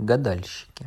Гадальщики.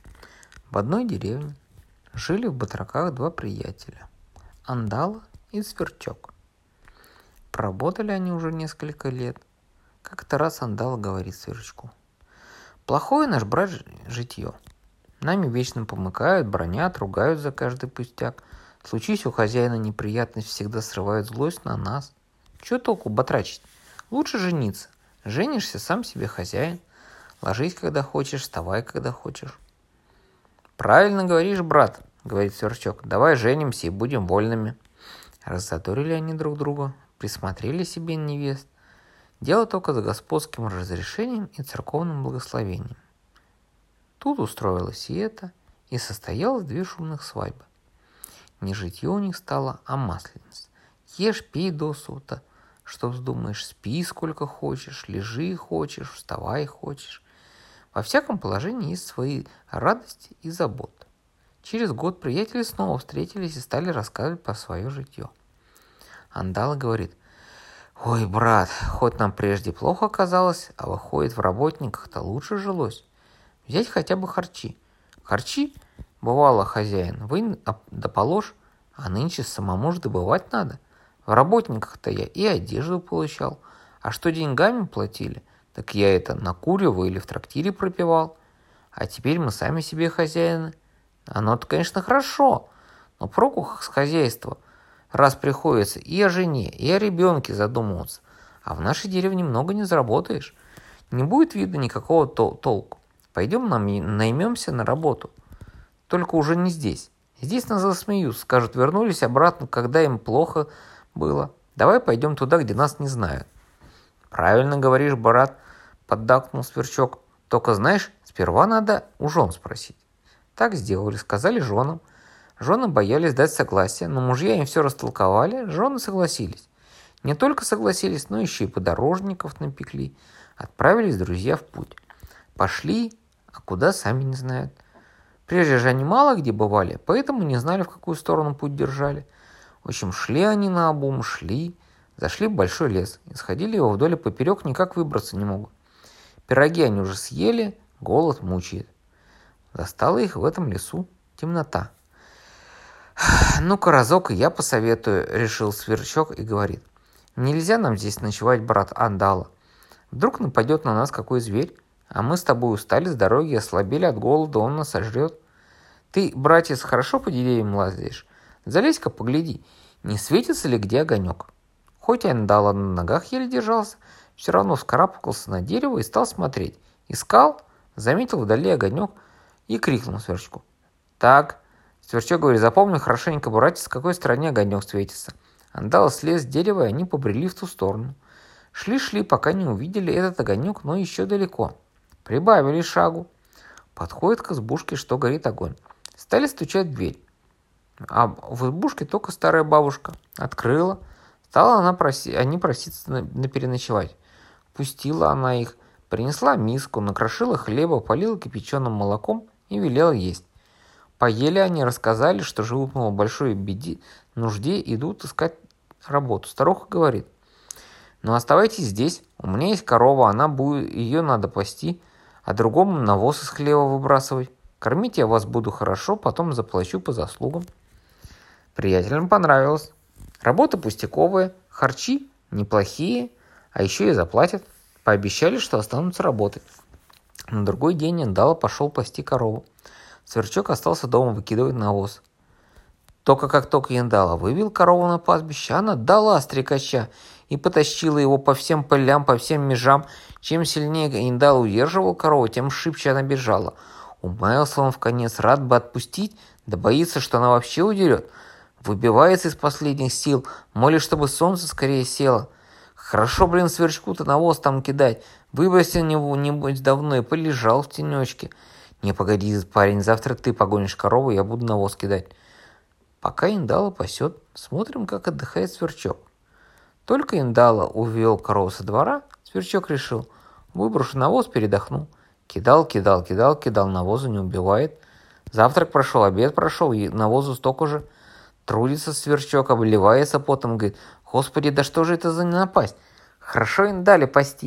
В одной деревне жили в батраках два приятеля – Андала и Сверчок. Проработали они уже несколько лет. Как-то раз Андала говорит Сверчку: «Плохое наш брат житье. Нами вечно помыкают, бранят, ругают за каждый пустяк. Случись у хозяина неприятность, всегда срывают злость на нас. Чего толку батрачить? Лучше жениться. Женишься, сам себе хозяин. Ложись, когда хочешь, вставай, когда хочешь». «Правильно говоришь, брат», — говорит Сверчок. «Давай женимся и будем вольными». Раззадорили они друг друга, присмотрели себе невест. Дело только за господским разрешением и церковным благословением. Тут устроилось и это, и состоялось две шумных свадьбы. Не житье у них стало, а масленица. Ешь, пей досута, что вздумаешь, спи сколько хочешь, лежи хочешь, вставай хочешь. Во всяком положении есть свои радости и заботы. Через год приятели снова встретились и стали рассказывать про свое житье. Андала говорит: «Ой, брат, хоть нам прежде плохо казалось, а выходит, в работниках-то лучше жилось. Взять хотя бы харчи. Харчи, бывало, хозяин, вынь да положь, а нынче самому ж добывать надо. В работниках-то я и одежду получал, а что деньгами платили, так я это накуривал или в трактире пропивал. А теперь мы сами себе хозяины. Оно-то, конечно, хорошо, но проку с хозяйства, раз приходится и о жене, и о ребенке задумываться, а в нашей деревне много не заработаешь. Не будет видно никакого толку. Пойдем наймемся на работу. Только уже не здесь. Здесь нас засмеют, скажут, вернулись обратно, когда им плохо было. Давай пойдем туда, где нас не знают». «Правильно говоришь, брат», — поддакнул Сверчок. «Только знаешь, сперва надо у жен спросить». Так сделали, сказали женам. Жены боялись дать согласие, но мужья им все растолковали, жены согласились. Не только согласились, но еще и подорожников напекли. Отправились друзья в путь. Пошли, а куда сами не знают. Прежде же они мало где бывали, поэтому не знали, в какую сторону путь держали. В общем, шли они наобум, зашли в большой лес, исходили его вдоль и поперек, никак выбраться не могут. Пироги они уже съели, голод мучает. Застала их в этом лесу темнота. «Ну-ка, разок и я посоветую», — решил Сверчок и говорит: «Нельзя нам здесь ночевать, брат Андала. Вдруг нападет на нас какой зверь, а мы с тобой устали с дороги, ослабели от голода, он нас сожрет. Ты, братец, хорошо по деревьям лазаешь? Залезь-ка, погляди, не светится ли где огонек». Хоть Андала на ногах еле держался, все равно вскарабкался на дерево и стал смотреть. Искал, заметил вдали огонек и крикнул Сверчку: «Так». Сверчок говорит: «Запомни хорошенько, братец, с какой стороне огонек светится». Андала слез с дерева, и они побрели в ту сторону. Шли, пока не увидели этот огонек, но еще далеко. Прибавили шагу. Подходит к избушке, что горит огонь. Стали стучать в дверь. А в избушке только старая бабушка. Открыла. Стала они проситься на переночевать. Пустила она их, принесла миску, накрошила хлеба, полила кипяченым молоком и велела есть. Поели они, рассказали, что живут в большой нужде, идут искать работу. Старуха говорит: «Ну, оставайтесь здесь, у меня есть корова, ее надо пасти, а другому навоз из хлева выбрасывать. Кормить я вас буду хорошо, потом заплачу по заслугам». Приятелям понравилось. Работа пустяковая, харчи неплохие, а еще и заплатят. Пообещали, что останутся работать. На другой день Андала пошел пасти корову. Сверчок остался дома выкидывать навоз. Как только Андала вывел корову на пастбище, она дала стрекача и потащила его по всем полям, по всем межам. Чем сильнее Андала удерживал корову, тем шибче она бежала. Умаялся он вконец, рад бы отпустить, да боится, что она вообще удерет. Выбивается из последних сил, молит, чтобы солнце скорее село. Хорошо, Сверчку-то навоз там кидать. Выбросил него, небось, давно и полежал в тенечке. «Не, погоди, парень, завтра ты погонишь корову, я буду навоз кидать». Пока Андала пасет, смотрим, как отдыхает Сверчок. Только Андала увел корову со двора, Сверчок решил: выброшу навоз, передохну. Кидал, навозу не убивает. Завтрак прошел, обед прошел, и навозу столько же. Трудится Сверчок, обливается потом, говорит: «Господи, да что же это за напасть? Хорошо им дали пасти.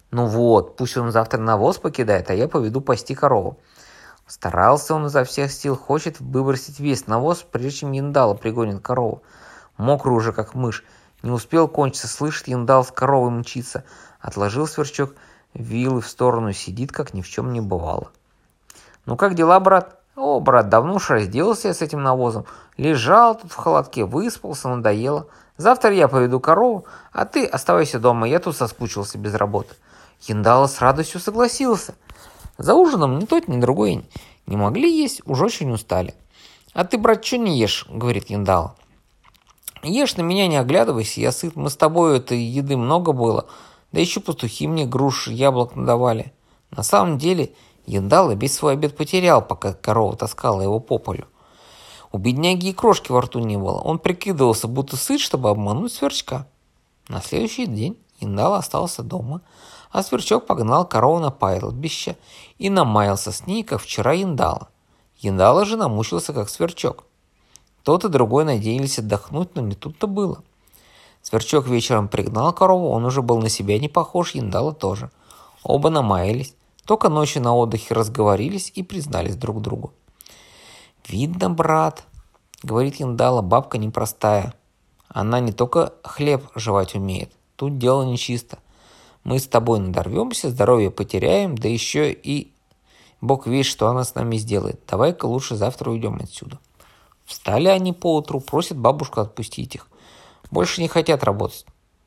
Ну вот, пусть он завтра навоз покидает, а я поведу пасти корову. Старался он изо всех сил, хочет выбросить весь навоз, прежде чем Яндала пригонит корову. Мокрый уже, как мышь. Не успел кончиться, слышит, Яндал с коровой мчится. Отложил Сверчок вилы в сторону, сидит, как ни в чем не бывало. «Ну как дела, брат?» «О, брат, давно уж разделался я с этим навозом. Лежал тут в холодке, выспался, надоело. Завтра я поведу корову, а ты оставайся дома, я тут соскучился без работы». Яндала с радостью согласился. За ужином ни тот, ни другой не могли есть, уж очень устали. «А ты, брат, что не ешь?» — говорит Яндала. «Ешь, на меня не оглядывайся, я сыт, мы с тобой этой еды много было, да еще пастухи мне груш, яблок надавали». На самом деле Яндала весь свой обед потерял, пока корова таскала его по полю. У бедняги и крошки во рту не было, он прикидывался, будто сыт, чтобы обмануть Сверчка. На следующий день Яндала остался дома, а Сверчок погнал корову на пастбище и намаялся с ней, как вчера Яндала. Яндала же намучился, как Сверчок. Тот и другой надеялись отдохнуть, но не тут-то было. Сверчок вечером пригнал корову, он уже был на себя не похож, Яндала тоже. Оба намаялись, только ночью на отдыхе разговорились и признались друг другу. «Видно, брат, — говорит Яндала, — бабка непростая. Она не только хлеб жевать умеет, тут дело нечисто. Мы с тобой надорвемся, здоровье потеряем, да еще и Бог весть, что она с нами сделает. Давай-ка лучше завтра уйдем отсюда». Встали они поутру, просят бабушку отпустить их. Больше не хотят работать.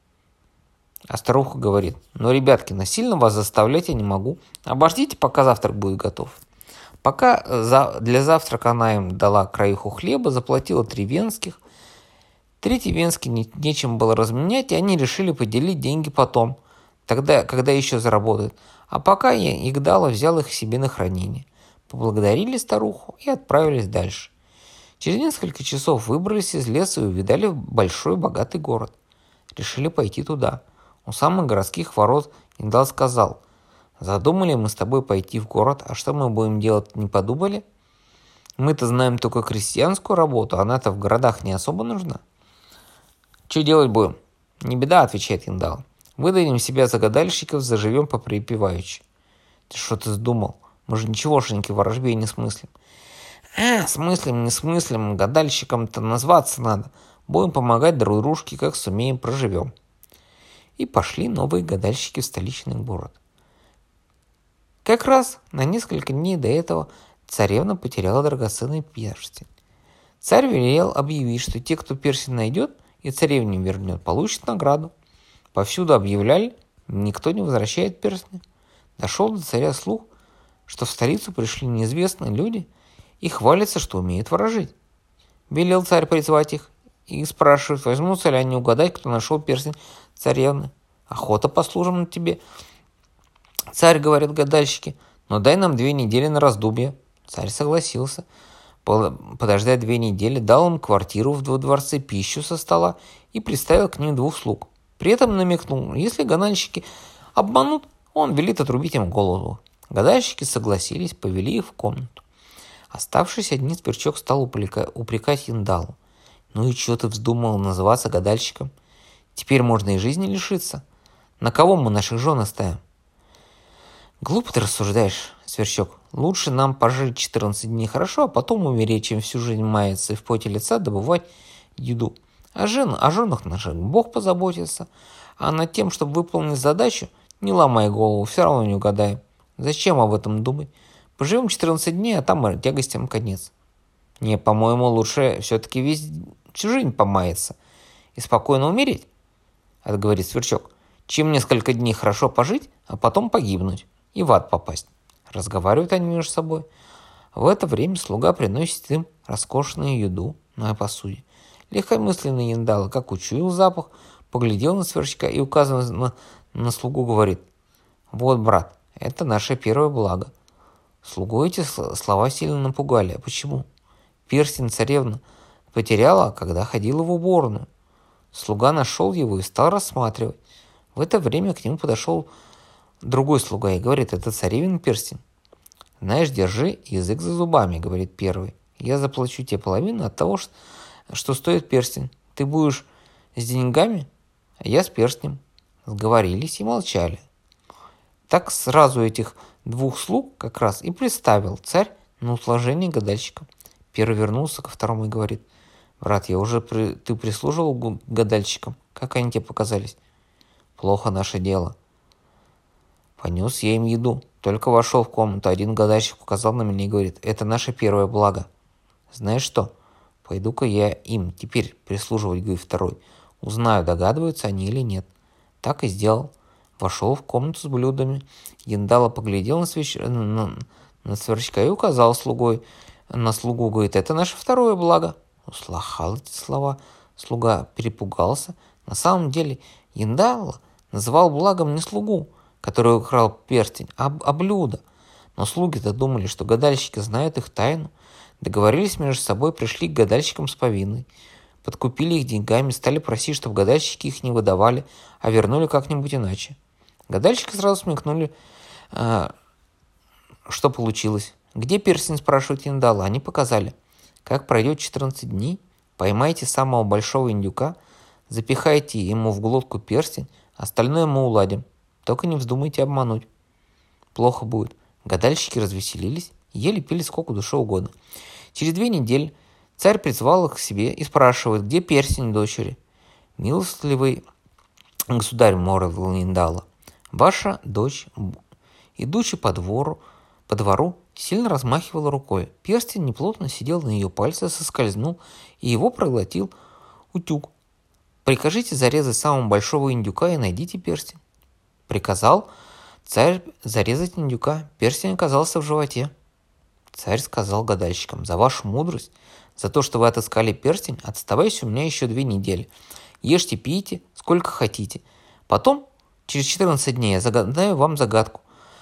А старуха говорит: «Ну, ребятки, насильно вас заставлять я не могу. Обождите, пока завтрак будет готов». Пока для завтрака она им дала краюху хлеба, заплатила 3 венских. 3 венски нечем было разменять, и они решили поделить деньги потом, тогда, когда еще заработают. А пока Яндала взял их себе на хранение. Поблагодарили старуху и отправились дальше. Через несколько часов выбрались из леса и увидали большой богатый город. Решили пойти туда. У самых городских ворот Яндал сказал: «Задумали мы с тобой пойти в город, а что мы будем делать, не подумали? Мы-то знаем только крестьянскую работу, она-то в городах не особо нужна». «Что делать будем?» «Не беда», — отвечает Яндал. «Выдадим себя за гадальщиков, заживем поприпеваючи». «Ты что ты вздумал? Мы же ничегошеньки в ворожбе не смыслим». Смыслим, не смыслим, гадальщикам-то назваться надо. Будем помогать друг дружке, как сумеем, проживем». И пошли новые гадальщики в столичный город. Как раз на несколько дней до этого царевна потеряла драгоценный перстень. Царь велел объявить, что те, кто перстень найдет и царевне вернет, получат награду. Повсюду объявляли, никто не возвращает перстня. Дошел до царя слух, что в столицу пришли неизвестные люди и хвалятся, что умеют ворожить. Велел царь призвать их и спрашивает, возьмутся ли они угадать, кто нашел перстень царевны. «Охота послужим на тебе, царь», — говорят гадальщики, «но дай нам 2 недели на раздумье». Царь согласился. Подождать 2 недели, дал им квартиру в дворце, пищу со стола и приставил к ним 2 слуг. При этом намекнул, если гадальщики обманут, он велит отрубить им голову. Гадальщики согласились, повели их в комнату. Оставшись одни, Сверчок стал упрекать Яндалу: «Ну и чего ты вздумал называться гадальщиком? Теперь можно и жизни лишиться. На кого мы наших жен оставим?» «Глупо ты рассуждаешь, Сверчок. Лучше нам пожить 14 дней хорошо, а потом умереть, чем всю жизнь маяться и в поте лица добывать еду. О женах наших Бог позаботится, а над тем, чтобы выполнить задачу, не ломай голову, все равно не угадаем. Зачем об этом думать? Поживем 14 дней, а там тягостям конец». «Не, по-моему, лучше все-таки всю жизнь помаяться и спокойно умереть», — говорит Сверчок, «чем несколько дней хорошо пожить, а потом погибнуть и в ад попасть». Разговаривают они между собой. В это время слуга приносит им роскошную еду на посуде. Легкомысленный Яндала, как учуял запах, поглядел на Сверчка и, указывая на слугу, говорит: «Вот, брат, это наше первое благо». Слугу эти слова сильно напугали. А почему? Перстень царевна потеряла, когда ходила в уборную. Слуга нашел его и стал рассматривать. В это время к нему подошел другой слуга и говорит: «Это царевин перстень». «Знаешь, держи язык за зубами», — говорит первый. «Я заплачу тебе половину от того, что стоит перстень. Ты будешь с деньгами, а я с перстнем». Сговорились и молчали. Так сразу этих двух слуг как раз и представил царь на услажение гадальщикам. Первый вернулся ко второму и говорит: «Брат, ты прислуживал гадальщикам? Как они тебе показались?» «Плохо наше дело. Понес я им еду. Только вошел в комнату, один гадальщик показал на меня и говорит: это наше первое благо. Знаешь что? Пойду-ка я им теперь прислуживать, говорит второй. Узнаю, догадываются они или нет. Так и сделал. Вошел в комнату с блюдами. Яндала поглядел на сверчка и указал на слугу, говорит: это наше второе благо. Услыхал эти слова. Слуга перепугался. На самом деле Яндала называл благом не слугу, который украл перстень, а блюдо. Но слуги-то думали, что гадальщики знают их тайну. Договорились между собой, пришли к гадальщикам с повинной. Подкупили их деньгами, стали просить, чтобы гадальщики их не выдавали, а вернули как-нибудь иначе. Гадальщики сразу смекнули, что получилось. «Где перстень?» – спрашивает Яндала. Они показали. Как пройдет 14 дней, поймайте самого большого индюка, запихайте ему в глотку перстень, остальное мы уладим. Только не вздумайте обмануть. Плохо будет. Гадальщики развеселились, ели, пили сколько душе угодно. Через 2 недели царь призвал их к себе и спрашивает: где перстень дочери? Милостливый государь, молвил Яндала, ваша дочь, идучи по двору, сильно размахивала рукой. Перстень неплотно сидел на ее пальце, соскользнул, и его проглотил утюг. Прикажите зарезать самого большого индюка и найдите перстень. Приказал царь зарезать индюка. Перстень оказался в животе. Царь сказал гадальщикам: за вашу мудрость, за то, что вы отыскали перстень, оставайся у меня еще 2 недели. Ешьте, пейте, сколько хотите. Потом, через 14 дней, я загадаю вам загадку.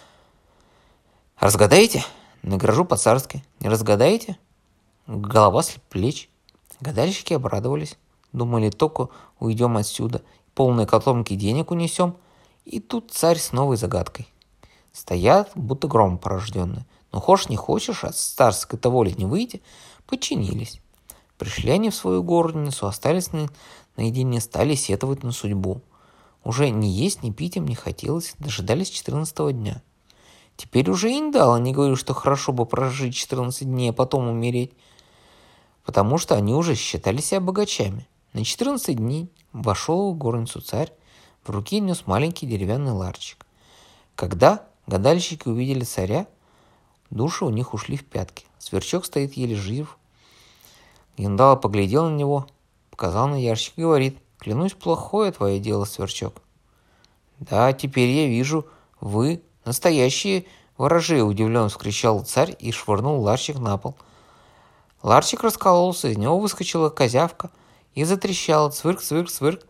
Разгадаете? Награжу по-царски. Не разгадаете? Голова с плеч. Гадальщики обрадовались. Думали, только уйдем отсюда, полные котомки денег унесем. И тут царь с новой загадкой. Стоят, будто громом порожденные. Но хошь не хочешь, от царской-то воли не выйти, подчинились. Пришли они в свою горницу, остались наедине, стали сетовать на судьбу. Уже ни есть, ни пить им не хотелось, дожидались 14-го дня. Теперь уже Яндала не говорю, что хорошо бы прожить 14 дней, а потом умереть, потому что они уже считали себя богачами. На 14 дней вошел в горницу царь, в руке нес маленький деревянный ларчик. Когда гадальщики увидели царя, души у них ушли в пятки. Сверчок стоит еле жив. Яндала поглядел на него, показал на ящик и говорит: клянусь, плохое твое дело, Сверчок. Да, теперь я вижу, вы настоящие ворожи, удивленно вскричал царь и швырнул ларчик на пол. Ларчик раскололся, из него выскочила козявка и затрещала: цвырк, цвырк, цвырк.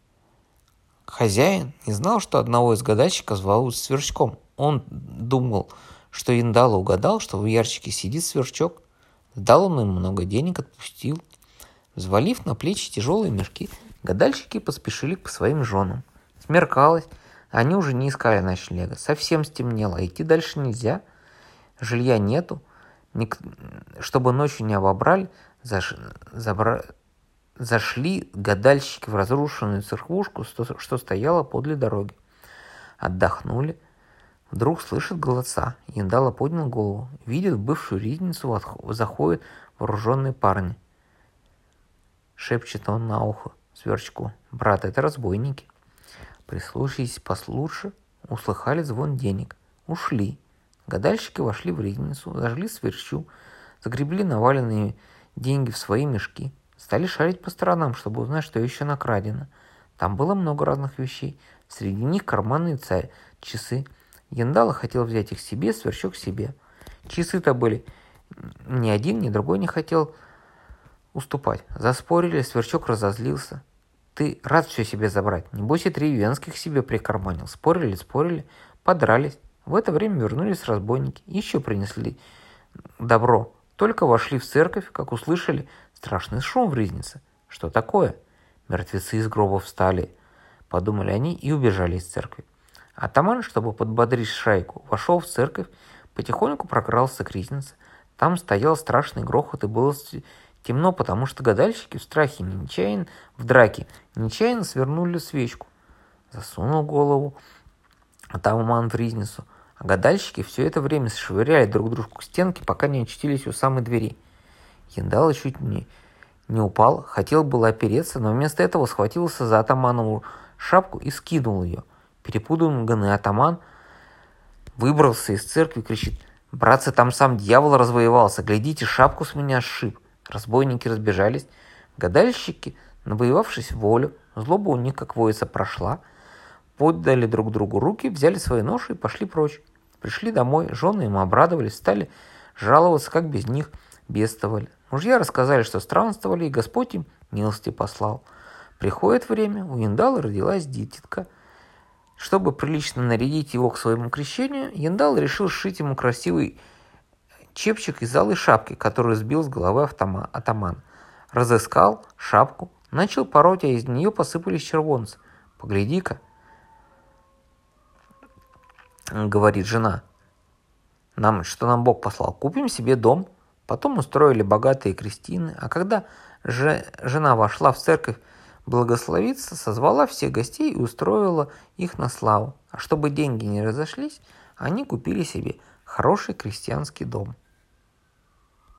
Хозяин не знал, что одного из гадальщиков зовут Сверчком. Он думал, что Яндала угадал, что в ящике сидит Сверчок. Дал он им много денег, отпустил. Взвалив на плечи тяжелые мешки, гадальщики поспешили к своим женам. Смеркалось, они уже не искали ночлега. Совсем стемнело, идти дальше нельзя. Жилья нету. Чтобы ночью не обобрали, зашли гадальщики в разрушенную церквушку, что стояла подле дороги. Отдохнули. Вдруг слышит голоса. Яндала поднял голову. Видит, в бывшую ризницу заходят вооруженные парни. Шепчет он на ухо Сверчку: брат, это разбойники. Прислушались послушше, услыхали звон денег. Ушли. Гадальщики вошли в ризницу, зажгли свечу, загребли наваленные деньги в свои мешки. Стали шарить по сторонам, чтобы узнать, что еще накрадено. Там было много разных вещей. Среди них карманные часы. Яндала хотел взять их себе, Сверчок себе. Часы-то были. Ни один, ни другой не хотел уступать. Заспорили, Сверчок разозлился. Ты рад все себе забрать. Небось и 3 венских себе прикарманил. Спорили, подрались. В это время вернулись разбойники. Еще принесли добро. Только вошли в церковь, как услышали страшный шум в ризнице. Что такое? Мертвецы из гробов встали, подумали они и убежали из церкви. Атаман, чтобы подбодрить шайку, вошел в церковь, потихоньку прокрался к ризнице. Там стоял страшный грохот и было темно, потому что гадальщики в страхе в драке нечаянно свернули свечку. Засунул голову атаман в ризницу, а гадальщики все это время швыряли друг дружку к стенке, пока не очутились у самой двери. Яндала чуть не упал, хотел было опереться, но вместо этого схватился за атаманову шапку и скинул ее. Перепуганный атаман выбрался из церкви и кричит: «Братцы, там сам дьявол развоевался, глядите, шапку с меня сшиб». Разбойники разбежались. Гадальщики, навоевавшись волю, злоба у них как воица прошла, поддали друг другу руки, взяли свои ноши и пошли прочь. Пришли домой, жены им обрадовались, стали жаловаться, как без них бедствовали. Мужья рассказали, что странствовали, и Господь им милости послал. Приходит время, у Яндалы родилась дитятка. Чтобы прилично нарядить его к своему крещению, Яндал решил сшить ему красивый чепчик из алой шапки, которую сбил с головы атаман. Разыскал шапку, начал пороть, а из нее посыпались червонцы. «Погляди-ка», говорит жена, что нам Бог послал, купим себе дом. Потом устроили богатые крестины, а когда жена вошла в церковь благословиться, созвала всех гостей и устроила их на славу. А чтобы деньги не разошлись, они купили себе хороший крестьянский дом.